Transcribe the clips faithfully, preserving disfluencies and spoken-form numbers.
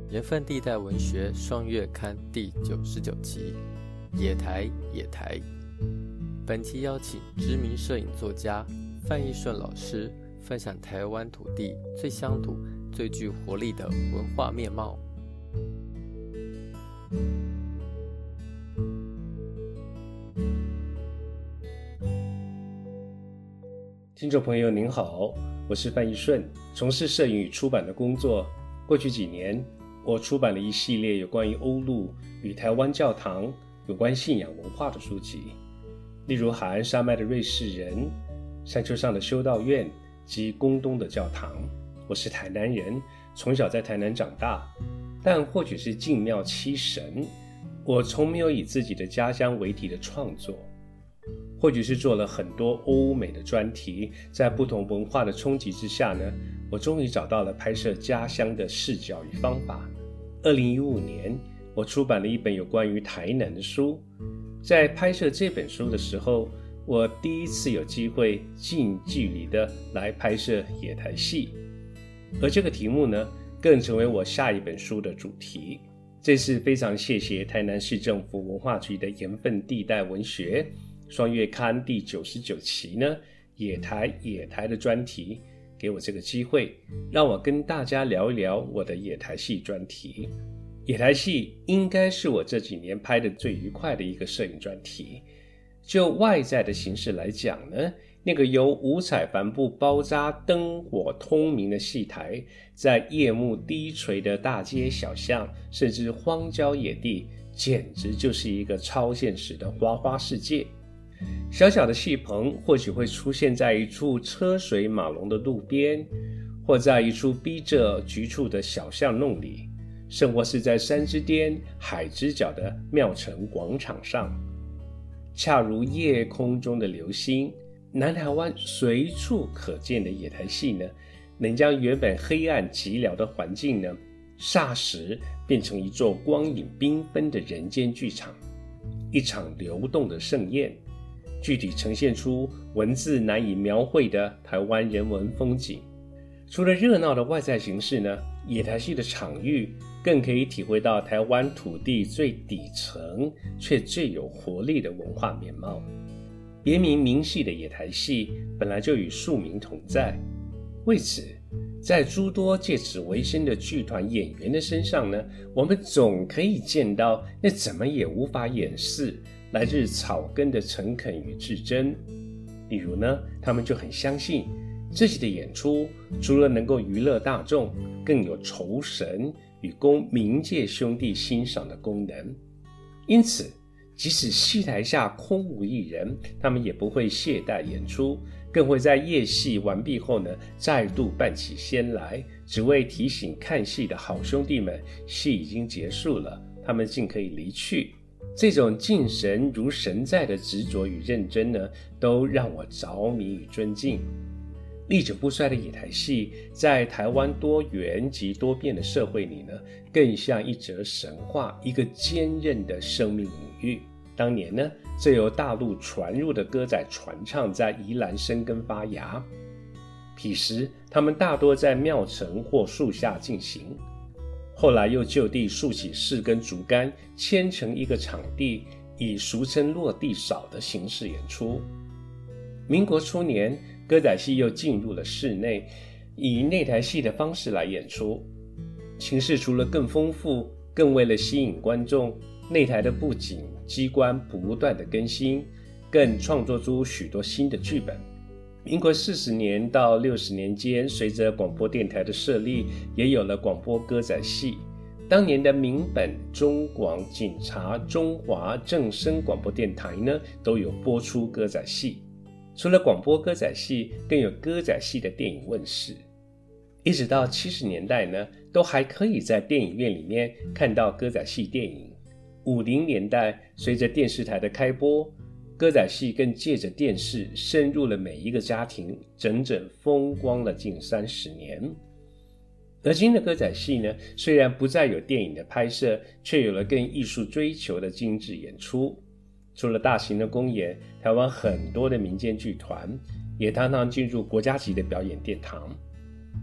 盐分地带文学双月刊第九十九期，野台野台。本期邀请知名摄影作家范逸顺老师分享台湾土地最乡土、最具活力的文化面貌。 听众朋友您好，我是范逸顺，从事摄影与出版的工作。过去几年，我出版了一系列有关于欧陆与台湾教堂有关信仰文化的书籍，例如海岸山脉的瑞士人、山丘上的修道院及宫东的教堂。我是台南人，从小在台南长大，但或许是敬庙七神，我从没有以自己的家乡为题的创作。或许是做了很多欧美的专题，在不同文化的冲击之下呢，我终于找到了拍摄家乡的视角与方法。二零一五年，我出版了一本有关于台南的书。在拍摄这本书的时候，我第一次有机会近距离的来拍摄野台戏，而这个题目呢，更成为我下一本书的主题。这次非常谢谢台南市政府文化局的盐分地带文学双月刊第九十九期呢，野台野台的专题，给我这个机会，让我跟大家聊一聊我的野台戏专题。野台戏应该是我这几年拍的最愉快的一个摄影专题。就外在的形式来讲呢，那个由五彩帆布包扎、灯火通明的戏台，在夜幕低垂的大街小巷，甚至荒郊野地，简直就是一个超现实的花花世界。小小的戏棚或许会出现在一处车水马龙的路边，或在一处逼仄局促的小巷弄里，甚或是在山之巅海之角的庙城广场上。恰如夜空中的流星，南台湾随处可见的野台戏呢，能将原本黑暗寂寥的环境呢，霎时变成一座光影缤纷的人间剧场，一场流动的盛宴，具体呈现出文字难以描绘的台湾人文风景。除了热闹的外在形式呢，野台戏的场域更可以体会到台湾土地最底层却最有活力的文化面貌。别名名戏的野台戏本来就与庶民同在，为此在诸多借此为生的剧团演员的身上呢，我们总可以见到那怎么也无法掩饰来自草根的诚恳与至真。例如呢，他们就很相信自己的演出除了能够娱乐大众，更有酬神与供冥界兄弟欣赏的功能。因此即使戏台下空无一人，他们也不会懈怠演出，更会在夜戏完毕后呢，再度扮起仙来，只为提醒看戏的好兄弟们，戏已经结束了，他们竟可以离去。这种敬神如神在的执着与认真呢，都让我着迷与尊敬。历久不衰的野台戏，在台湾多元及多变的社会里呢，更像一则神话，一个坚韧的生命隐喻。当年呢，这由大陆传入的歌仔传唱在宜兰生根发芽，彼时他们大多在庙城或树下进行，后来又就地竖起四根竹竿，牵成一个场地，以俗称落地扫的形式演出。民国初年，歌仔戏又进入了室内，以内台戏的方式来演出。形式除了更丰富，更为了吸引观众，内台的布景机关不断的更新，更创作出许多新的剧本。民国四十年到六十年间，随着广播电台的设立，也有了广播歌仔戏。当年的民本、中广、警察、中华、正声广播电台呢，都有播出歌仔戏。除了广播歌仔戏，更有歌仔戏的电影问世。一直到七十年代呢，都还可以在电影院里面看到歌仔戏电影。五零年代，随着电视台的开播，歌仔戏更借着电视深入了每一个家庭，整整风光了近三十年。而今的歌仔戏呢，虽然不再有电影的拍摄，却有了更艺术追求的精致演出。除了大型的公演，台湾很多的民间剧团也常常进入国家级的表演殿堂。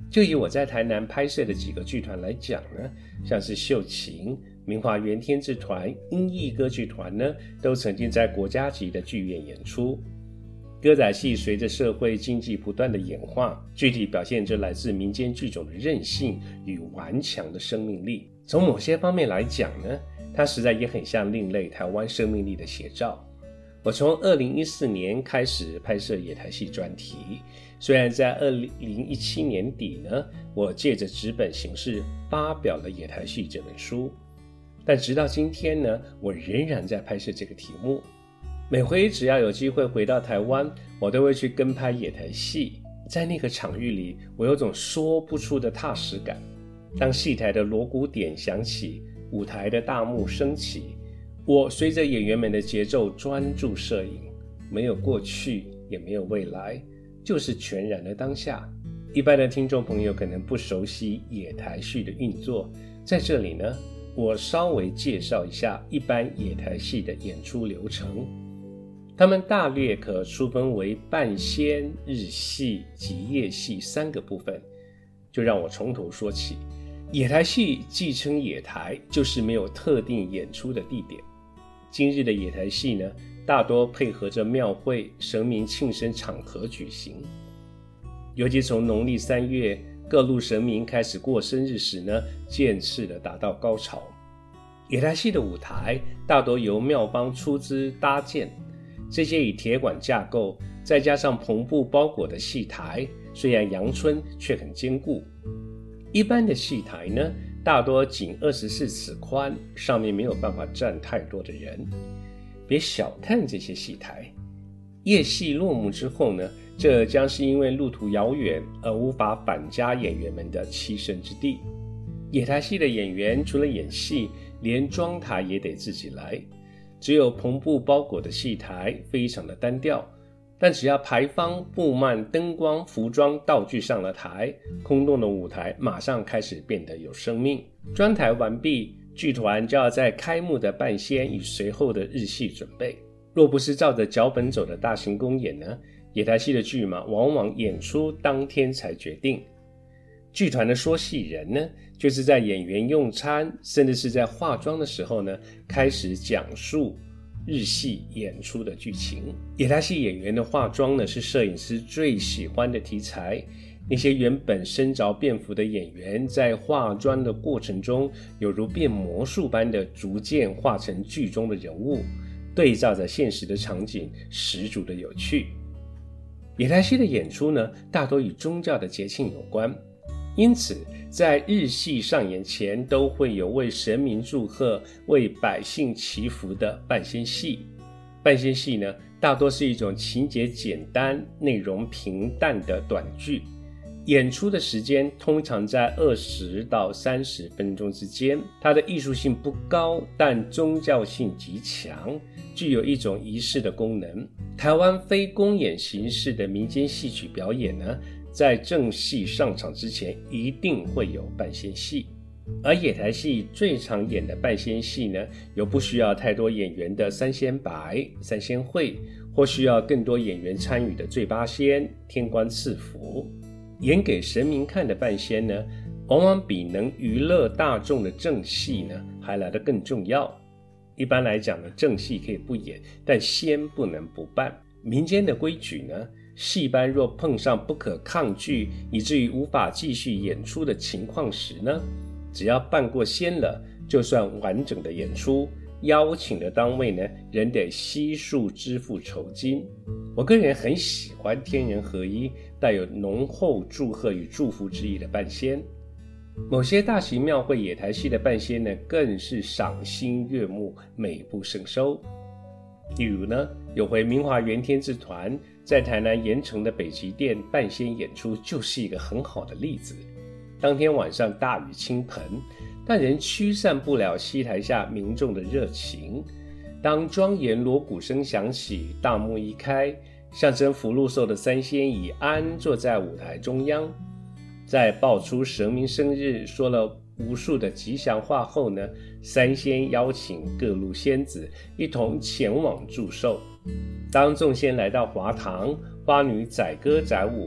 就以我在台南拍摄的几个剧团来讲呢，像是秀琴、明华元天之团、英艺歌剧团呢，都曾经在国家级的剧院演出。歌仔戏随着社会经济不断的演化，具体表现着来自民间剧种的韧性与顽强的生命力。从某些方面来讲呢，它实在也很像另类台湾生命力的写照。我从二零一四年开始拍摄野台戏专题，虽然在二零一七年底呢，我借着纸本形式发表了野台戏这本书，但直到今天呢，我仍然在拍摄这个题目。每回只要有机会回到台湾，我都会去跟拍野台戏。在那个场域里，我有种说不出的踏实感。当戏台的锣鼓点响起，舞台的大幕升起，我随着演员们的节奏专注摄影，没有过去，也没有未来，就是全然的当下。一般的听众朋友可能不熟悉野台戏的运作，在这里呢，我稍微介绍一下一般野台戏的演出流程。它们大略可粗分为半仙、日戏及夜戏三个部分。就让我从头说起。野台戏既称野台，就是没有特定演出的地点。今日的野台戏呢，大多配合着庙会、神明庆生场合举行。尤其从农历三月，各路神明开始过生日时呢，渐次的达到高潮。野台戏的舞台大多由庙方出资搭建，这些以铁管架构，再加上篷布包裹的戏台，虽然阳春，却很坚固。一般的戏台呢，大多仅二十四尺宽，上面没有办法站太多的人。别小看这些戏台，夜戏落幕之后呢，这将是因为路途遥远而无法返家演员们的栖身之地。野台戏的演员除了演戏，连妆台也得自己来。只有篷布包裹的戏台非常的单调，但只要牌坊、布幔、灯光、服装、道具上了台，空洞的舞台马上开始变得有生命。装台完毕，剧团就要在开幕的半仙与随后的日戏准备。若不是照着脚本走的大型公演呢，野台戏的剧码往往演出当天才决定。剧团的说戏人呢，就是在演员用餐，甚至是在化妆的时候呢，开始讲述日戏演出的剧情。野台戏演员的化妆呢，是摄影师最喜欢的题材。那些原本身着便服的演员，在化妆的过程中，有如变魔术般的逐渐化成剧中的人物，对照着现实的场景，十足的有趣。野台戏的演出呢，大多与宗教的节庆有关。因此在日戏上演前，都会有为神明祝贺、为百姓祈福的半仙戏。半仙戏呢，大多是一种情节简单、内容平淡的短剧，演出的时间通常在二十到三十分钟之间。它的艺术性不高，但宗教性极强，具有一种仪式的功能。台湾非公演形式的民间戏曲表演呢，在正戏上场之前一定会有半仙戏。而野台戏最常演的半仙戏呢，有不需要太多演员的三仙白、三仙会，或需要更多演员参与的醉八仙、天官赐福。演给神明看的半仙呢，往往比能娱乐大众的正戏呢还来得更重要。一般来讲呢，正戏可以不演，但仙不能不办。民间的规矩呢，戏班若碰上不可抗拒以至于无法继续演出的情况时呢，只要办过仙了，就算完整的演出，邀请的单位呢，仍得悉数支付酬金。我个人很喜欢天人合一、带有浓厚祝贺与祝福之意的半仙。某些大型庙会野台戏的半仙呢，更是赏心悦目、美不胜收。例如呢，有回明华元天之团在台南盐城的北极殿半仙演出，就是一个很好的例子。当天晚上大雨倾盆，但仍驱散不了戏台下民众的热情。当庄严锣鼓声响起，大幕一开，象征福禄寿的三仙已安坐在舞台中央。在报出神明生日，说了无数的吉祥话后呢，三仙邀请各路仙子一同前往祝寿。当众仙来到华堂，花女载歌载舞，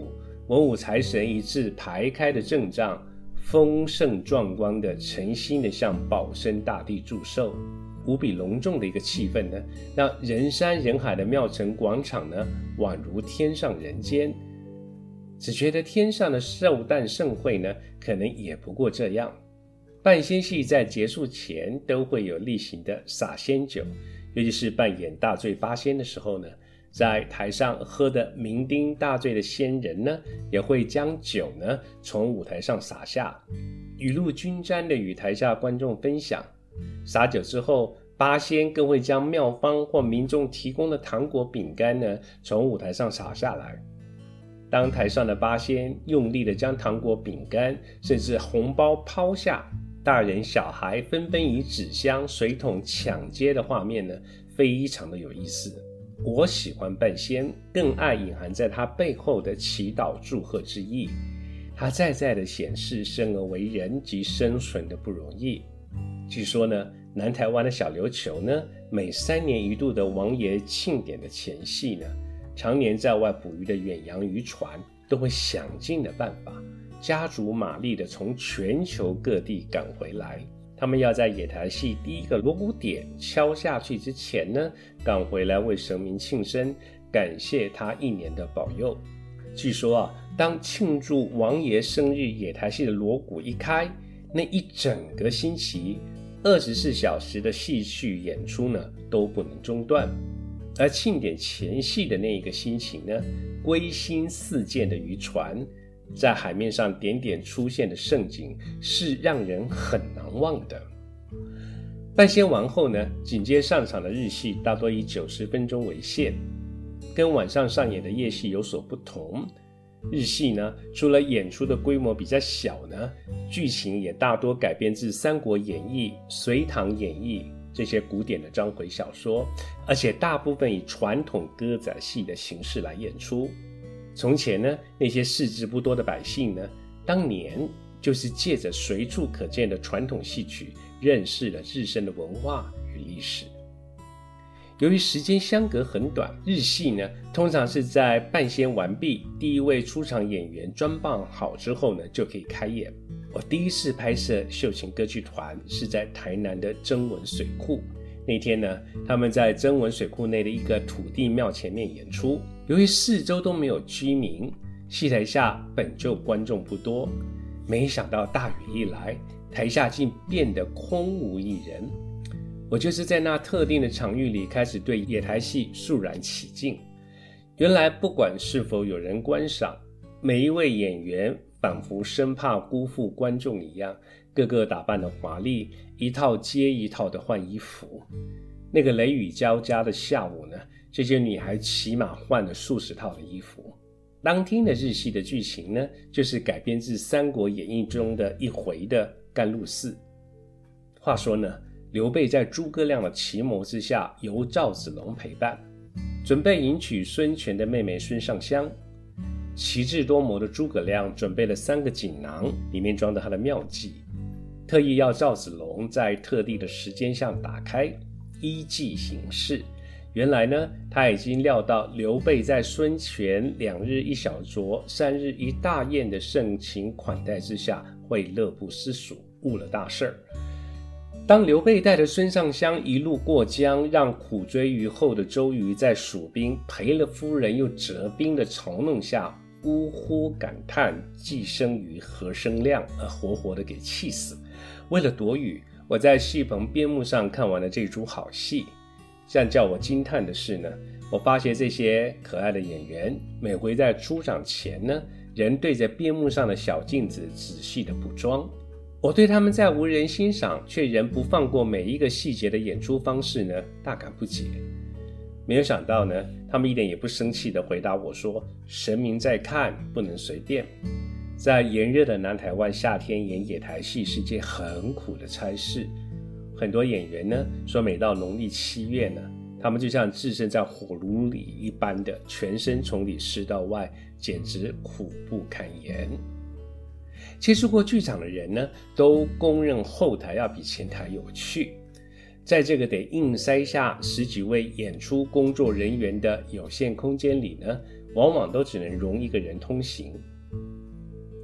文武财神一字排开的阵仗，丰盛壮观的诚心的向保生大帝祝寿，无比隆重的一个气氛呢，让人山人海的庙城广场呢，宛如天上人间。只觉得天上的寿诞盛会呢，可能也不过这样。办仙戏在结束前都会有例行的洒仙酒，尤其是扮演大醉八仙的时候呢，在台上喝得酩酊大醉的仙人呢，也会将酒呢从舞台上洒下，雨露均沾的与台下观众分享。洒酒之后，八仙更会将庙方或民众提供的糖果饼干呢从舞台上洒下来。当台上的八仙用力的将糖果饼干甚至红包抛下，大人小孩纷纷以纸箱水桶抢接的画面呢，非常的有意思。我喜欢半仙，更爱隐含在他背后的祈祷祝贺之意。他再再的显示生而为人及生存的不容易。据说呢，南台湾的小琉球呢，每三年一度的王爷庆典的前夕呢，常年在外捕鱼的远洋渔船都会想尽的办法，加足马力的从全球各地赶回来。他们要在野台戏第一个锣鼓点敲下去之前呢，赶回来为神明庆生，感谢他一年的保佑。据说啊，当庆祝王爷生日野台戏的锣鼓一开，那一整个星期二十四小时的戏剧演出呢都不能中断。而庆典前夕的那一个心情呢，归心似箭的渔船在海面上点点出现的盛景是让人很难忘的。半仙完后呢，紧接上场的日戏大多以九十分钟为限，跟晚上上演的夜戏有所不同。日戏呢，除了演出的规模比较小呢，剧情也大多改编自《三国演义》《隋唐演义》这些古典的章回小说，而且大部分以传统歌仔戏的形式来演出。从前呢，那些识字不多的百姓呢，当年就是借着随处可见的传统戏曲，认识了自身的文化与历史。由于时间相隔很短，日戏呢，通常是在半仙完毕，第一位出场演员装扮好之后呢，就可以开演。我第一次拍摄秀琴歌剧团是在台南的曾文水库。那天呢，他们在曾文水库内的一个土地庙前面演出。由于四周都没有居民，戏台下本就观众不多，没想到大雨一来，台下竟变得空无一人。我就是在那特定的场域里开始对野台戏肃然起敬。原来不管是否有人观赏，每一位演员仿佛生怕辜负观众一样，个个打扮得华丽，一套接一套的换衣服。那个雷雨交加的下午呢，这些女孩起码换了数十套的衣服。当天的日戏的剧情呢，就是改编自《三国演义》中的一回的甘露寺。话说呢，刘备在诸葛亮的奇谋之下，由赵子龙陪伴，准备迎娶孙权的妹妹孙尚香。奇智多谋的诸葛亮准备了三个锦囊，里面装着他的妙计，特意要赵子龙在特定的时间上打开，依计行事。原来呢，他已经料到刘备在孙权两日一小酌，三日一大宴的盛情款待之下，会乐不思蜀，误了大事儿。当刘备带着孙尚香一路过江，让苦追于后的周瑜在蜀兵赔了夫人又折兵的嘲弄下，呜呼感叹既生瑜何生亮，而活活的给气死。为了躲雨，我在戏棚边幕上看完了这出好戏。这样叫我惊叹的是呢，我发现这些可爱的演员每回在出场前呢，仍对着边幕上的小镜子仔细的补妆。我对他们在无人欣赏却仍不放过每一个细节的演出方式呢，大感不解。没有想到呢，他们一点也不生气地回答我说，神明在看，不能随便。在炎热的南台湾夏天演野台戏是件很苦的差事。很多演员呢说，每到农历七月呢，他们就像置身在火炉里一般的，全身从里湿到外，简直苦不堪言。接触过剧场的人呢，都公认后台要比前台有趣。在这个得硬塞下十几位演出工作人员的有限空间里呢，往往都只能容一个人通行。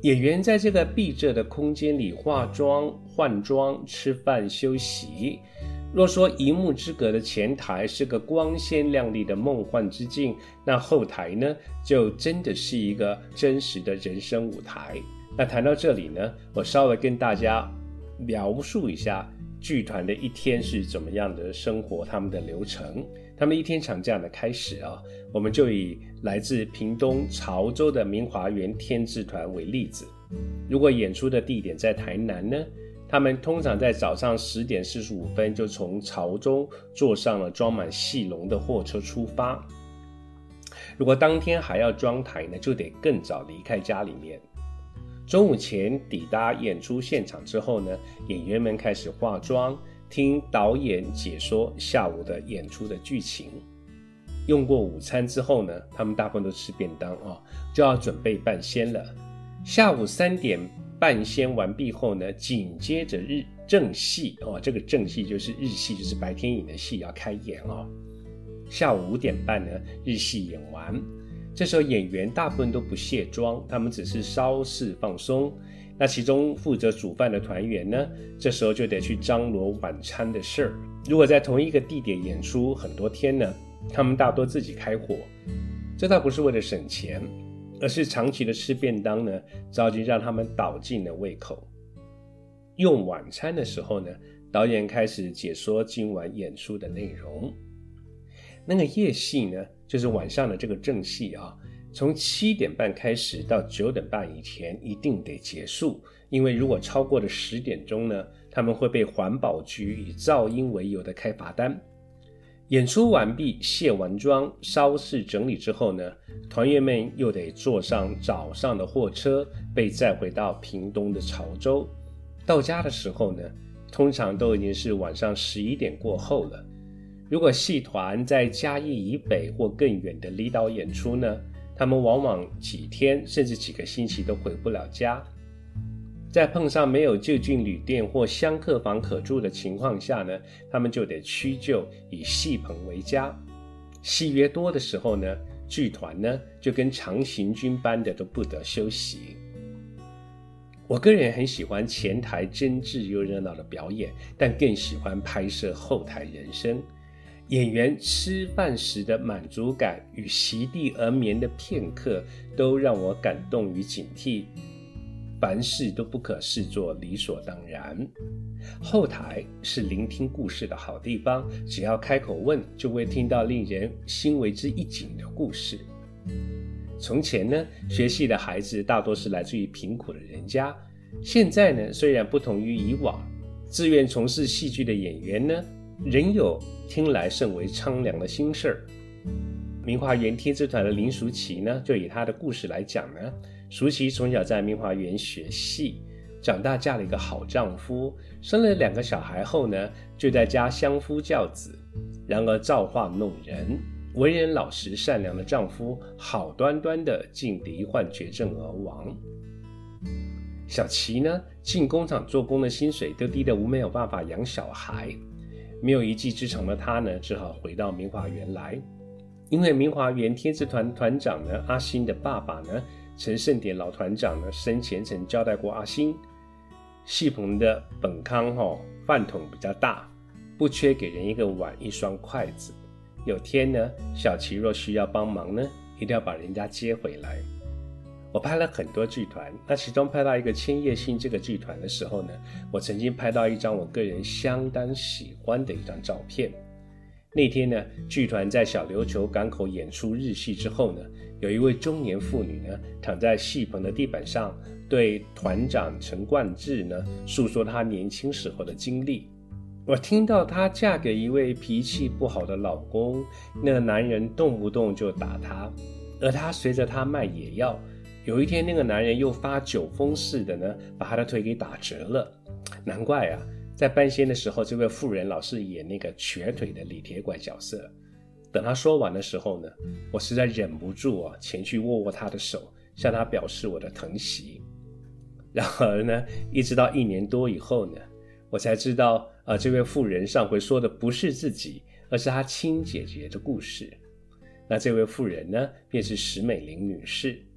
演员在这个闭塞的空间里化妆、换装、吃饭、休息。若说一幕之隔的前台是个光鲜亮丽的梦幻之境，那后台呢，就真的是一个真实的人生舞台。那谈到这里呢，我稍微跟大家描述一下剧团的一天是怎么样的生活，他们的流程。他们一天常这样的开始啊，我们就以来自屏东潮州的明华园天字团为例子。如果演出的地点在台南呢，他们通常在早上十点四十五分就从潮州坐上了装满戏笼的货车出发。如果当天还要装台呢，就得更早离开家里面。中午前抵达演出现场之后呢，演员们开始化妆，听导演解说下午的演出的剧情。用过午餐之后呢，他们大部分都吃便当啊，就要准备半仙了。下午三点半仙完毕后呢，紧接着日正戏哦，这个正戏就是日戏，就是白天演的戏要开演哦。下午五点半呢，日戏演完，这时候演员大部分都不卸妆，他们只是稍事放松。那其中负责煮饭的团员呢，这时候就得去张罗晚餐的事儿。如果在同一个地点演出很多天呢，他们大多自己开火，这倒不是为了省钱，而是长期的吃便当呢，早已经让他们倒尽了胃口。用晚餐的时候呢，导演开始解说今晚演出的内容。那个夜戏呢，就是晚上的这个正戏啊，从七点半开始到九点半以前一定得结束，因为如果超过了十点钟呢，他们会被环保局以噪音为由的开罚单。演出完毕，卸完妆，稍事整理之后呢，团员们又得坐上早上的货车，被载回到屏东的潮州。到家的时候呢，通常都已经是晚上十一点过后了。如果戏团在嘉义以北或更远的离岛演出呢，他们往往几天甚至几个星期都回不了家。在碰上没有就近旅店或厢客房可住的情况下呢，他们就得屈就以戏棚为家。戏约多的时候呢，剧团呢就跟长行军般的都不得休息。我个人很喜欢前台真挚又热闹的表演，但更喜欢拍摄后台人生。演员吃饭时的满足感与席地而眠的片刻，都让我感动与警惕。凡事都不可视作理所当然。后台是聆听故事的好地方，只要开口问，就会听到令人心为之一紧的故事。从前呢，学戏的孩子大多是来自于贫苦的人家。现在呢，虽然不同于以往，自愿从事戏剧的演员呢，仍有听来甚为苍凉的心事儿。明华园天字团的林淑琪呢，就以她的故事来讲呢，淑琪从小在明华园学戏，长大嫁了一个好丈夫，生了两个小孩后呢，就在家相夫教子。然而造化弄人，为人老实善良的丈夫好端端的竟罹患绝症而亡。小琪呢，进工厂做工的薪水都低得没有办法养小孩，没有一技之长的他呢，只好回到明华园来。因为明华园天字团团长呢，阿星的爸爸呢，陈胜典老团长呢，生前曾交代过阿星，戏棚的本康哦，饭桶比较大，不缺给人一个碗一双筷子。有天呢，小琪若需要帮忙呢，一定要把人家接回来。我拍了很多剧团，那其中拍到一个千叶星这个剧团的时候呢，我曾经拍到一张我个人相当喜欢的一张照片。那天呢，剧团在小琉球港口演出日戏之后呢，有一位中年妇女呢，躺在戏棚的地板上，对团长陈冠志呢，诉说她年轻时候的经历。我听到她嫁给一位脾气不好的老公，那个男人动不动就打她，而她随着他卖野药。有一天，那个男人又发酒疯似的呢，把他的腿给打折了。难怪啊，在半仙的时候，这位妇人老是演那个瘸腿的李铁拐角色。等他说完的时候呢，我实在忍不住啊，前去握握他的手，向他表示我的疼惜。然而呢，一直到一年多以后呢，我才知道啊、呃，这位妇人上回说的不是自己，而是她亲姐姐的故事。那这位妇人呢，便是石美玲女士。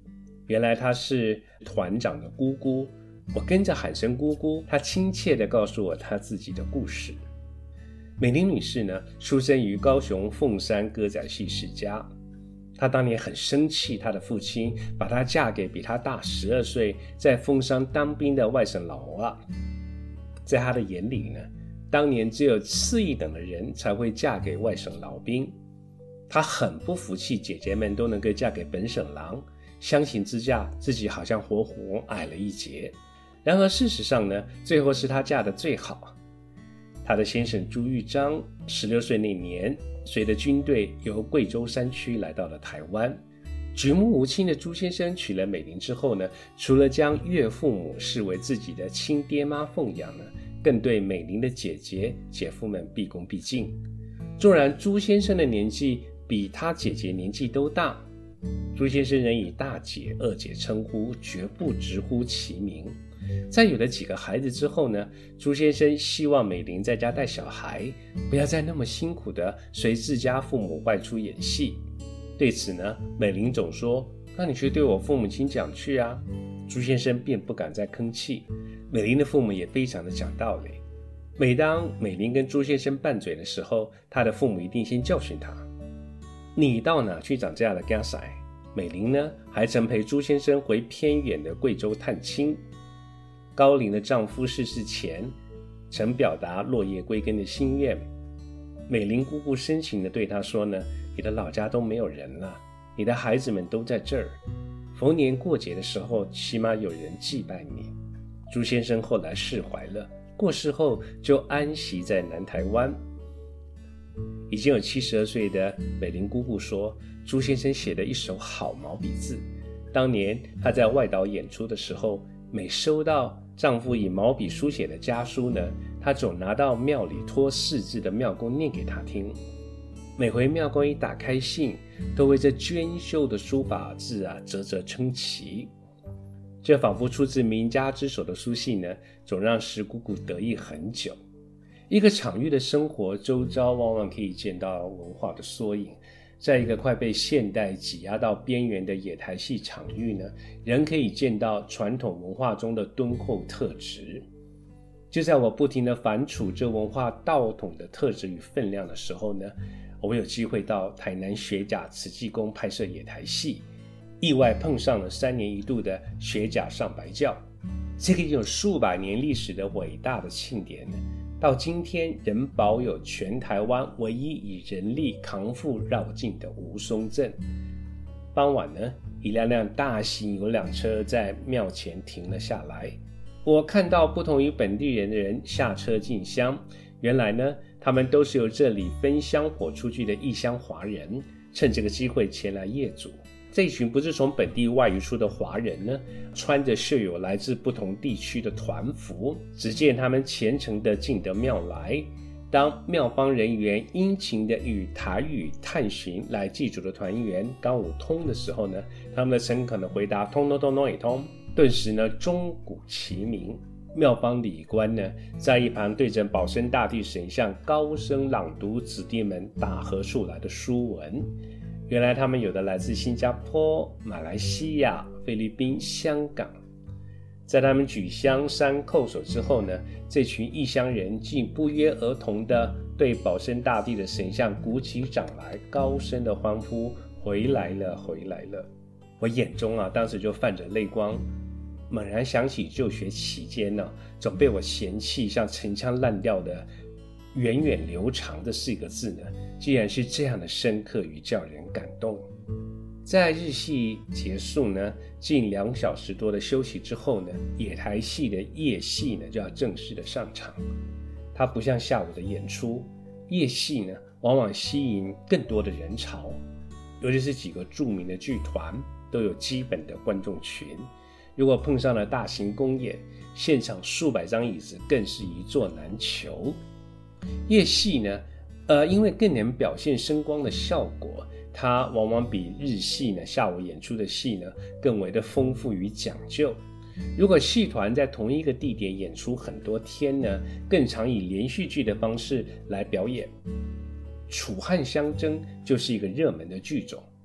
原来她是团长的姑姑，我跟着喊声姑姑，她亲切地告诉我她自己的故事。美玲女士呢，出生于高雄凤山歌仔戏世家。她当年很生气，她的父亲把她嫁给比她大十二岁，在凤山当兵的外省老啊。在她的眼里呢，当年只有次一等的人才会嫁给外省老兵。她很不服气姐姐们都能够嫁给本省郎，相形之下自己好像活活矮了一截。然而事实上呢，最后是她嫁得最好。她的先生朱玉章十六岁那年，随着军队由贵州山区来到了台湾。举目无亲的朱先生娶了美玲之后呢，除了将岳父母视为自己的亲爹妈奉养呢，更对美玲的姐姐姐夫们毕恭毕敬。纵然朱先生的年纪比他姐姐年纪都大，朱先生仍以大姐二姐称呼，绝不直呼其名。在有了几个孩子之后呢，朱先生希望美玲在家带小孩，不要再那么辛苦的随自家父母外出演戏。对此呢，美玲总说，那你去对我父母亲讲去啊。朱先生便不敢再吭气。美玲的父母也非常的讲道理，每当美玲跟朱先生拌嘴的时候，他的父母一定先教训他，你到哪去长这样的家婿？美玲呢，还曾陪朱先生回偏远的贵州探亲。高龄的丈夫逝世前，曾表达落叶归根的心愿。美玲姑姑深情地对她说呢，你的老家都没有人了，你的孩子们都在这儿，逢年过节的时候起码有人祭拜你。朱先生后来释怀了，过世后就安息在南台湾。已经有七十二岁的美玲姑姑说，朱先生写了一手好毛笔字，当年她在外岛演出的时候，每收到丈夫以毛笔书写的家书呢，她总拿到庙里托识字的庙公念给她听。每回庙公一打开信，都为这娟秀的书法字啊啧啧称奇。这仿佛出自名家之手的书信呢，总让石姑姑得意很久。一个场域的生活周遭往往可以见到文化的缩影。在一个快被现代挤压到边缘的野台戏场域呢，仍可以见到传统文化中的敦厚特质。就在我不停地反刍这文化道统的特质与分量的时候呢，我有机会到台南学甲慈济宫拍摄野台戏，意外碰上了三年一度的学甲上白教。这个有数百年历史的伟大的庆典呢，到今天仍保有全台湾唯一以人力扛负绕境的吴松镇。傍晚呢，一辆辆大型游览车在庙前停了下来。我看到不同于本地人的人下车进香，原来呢，他们都是由这里分香火出去的异乡华人，趁这个机会前来谒祖。这一群不是从本地外移出的华人呢，穿着绣有来自不同地区的团服，只见他们虔诚地进得庙来。当庙方人员殷勤地与台语探询来祭祖的团员刚武通的时候呢，他们的诚恳的回答通通通通也通，顿时呢钟鼓齐鸣。庙方礼官呢，在一旁对着保生大帝神像高声朗读子弟们打合出来的书文。原来他们有的来自新加坡、马来西亚、菲律宾、香港。在他们举香山叩首之后呢，这群异乡人竟不约而同地对保生大帝的神像鼓起掌来，高声的欢呼，回来了，回来了。我眼中啊，当时就泛着泪光，猛然想起就学期间呢、啊，总被我嫌弃像陈腔滥调的源远流长这四个字呢，既然是这样的深刻与叫人感动。在日戏结束呢，近两小时多的休息之后呢，野台戏的夜戏呢就要正式的上场。它不像下午的演出，夜戏呢往往吸引更多的人潮，尤其是几个著名的剧团都有基本的观众群。如果碰上了大型公演，现场数百张椅子更是一座难求。夜戏呢，呃，因为更能表现声光的效果，它往往比日戏呢下午演出的戏呢更为的丰富与讲究。如果戏团在同一个地点演出很多天呢，更常以连续剧的方式来表演。楚汉相争就是一个热门的剧种。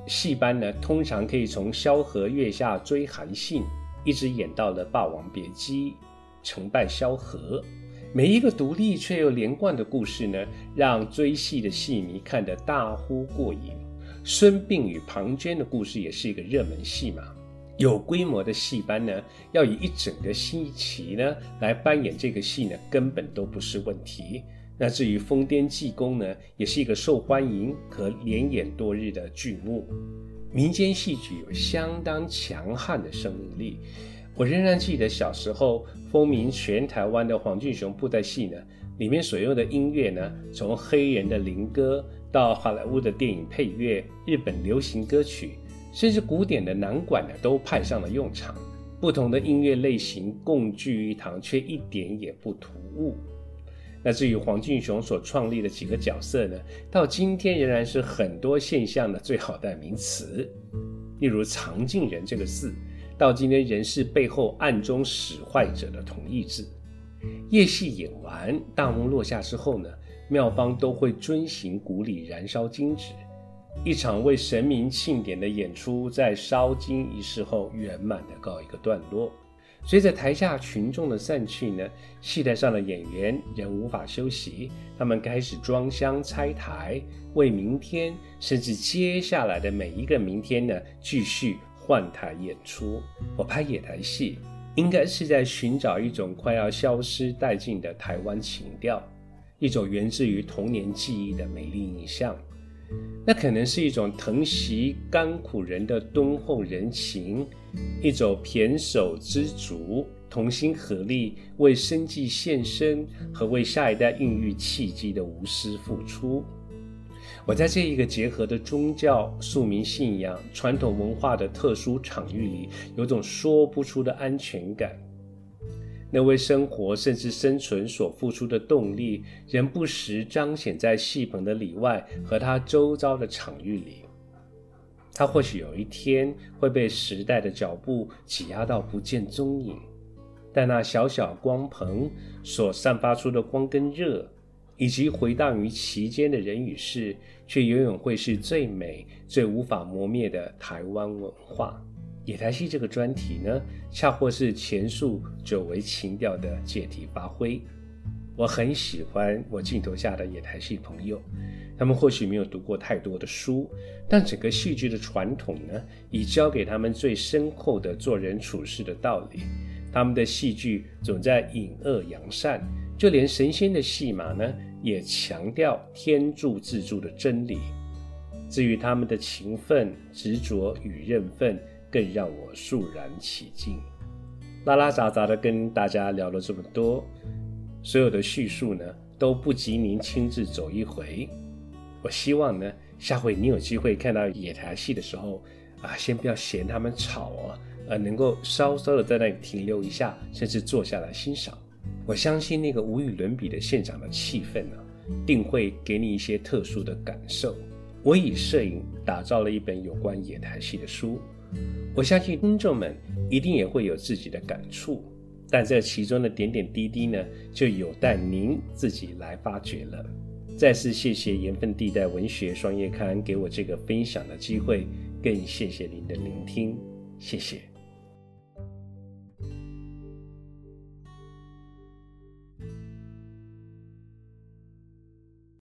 戏班呢，通常可以从萧何月下追韩信，一直演到了霸王别姬，成败萧何。每一个独立却又连贯的故事呢，让追戏的戏迷看得大呼过瘾。孙膑与庞涓的故事也是一个热门戏码。有规模的戏班呢，要以一整个星期呢来扮演这个戏呢，根本都不是问题。那至于疯癫济公呢，也是一个受欢迎可连演多日的剧目。民间戏剧有相当强悍的生命力。我仍然记得小时候风靡全台湾的黄俊雄布袋戏呢，里面所用的音乐呢，从黑人的灵歌到好莱坞的电影配乐、日本流行歌曲，甚至古典的南管呢，都派上了用场。不同的音乐类型共聚一堂，却一点也不突兀。那至于黄俊雄所创立的几个角色呢，到今天仍然是很多现象的最好代名词。例如藏镜人这个字，到今天仍是背后暗中使坏者的同义字。夜戏演完，大幕落下之后呢，庙方都会遵行古礼燃烧金纸。一场为神明庆典的演出在烧金仪式后圆满的告一个段落。随着台下群众的散去呢，戏台上的演员仍无法休息，他们开始装香拆台，为明天甚至接下来的每一个明天呢，继续换台演出。我拍野台戏，应该是在寻找一种快要消失殆尽的台湾情调，一种源自于童年记忆的美丽印象。那可能是一种疼惜甘苦人的敦厚人情，一种胼手知足、同心合力为生计献身和为下一代孕育契机的无私付出。我在这一个结合的宗教、庶民信仰、传统文化的特殊场域里，有种说不出的安全感。那为生活甚至生存所付出的动力，仍不时彰显在戏棚的里外和他周遭的场域里。他或许有一天会被时代的脚步挤压到不见踪影，但那小小光棚所散发出的光跟热，以及回荡于其间的人与事，却永远会是最美、最无法磨灭的台湾文化。野台戏这个专题呢，恰或是前述久违情调的借题发挥。我很喜欢我镜头下的野台戏朋友，他们或许没有读过太多的书，但整个戏剧的传统呢，已教给他们最深厚的做人处事的道理。他们的戏剧总在隐恶扬善，就连神仙的戏码呢，也强调天助自助的真理。至于他们的勤奋、执着与认份，更让我肃然起敬。拉拉杂杂的跟大家聊了这么多，所有的叙述呢，都不及您亲自走一回。我希望呢，下回你有机会看到野台戏的时候啊，先不要嫌他们吵啊，而能够稍稍的在那里停留一下，甚至坐下来欣赏。我相信那个无与伦比的现场的气氛呢，定会给你一些特殊的感受。我以摄影打造了一本有关野台戏的书，我相信听众们一定也会有自己的感触，但这其中的点点滴滴呢，就有待您自己来发掘了。再次谢谢盐分地带文学双月刊给我这个分享的机会，更谢谢您的聆听，谢谢。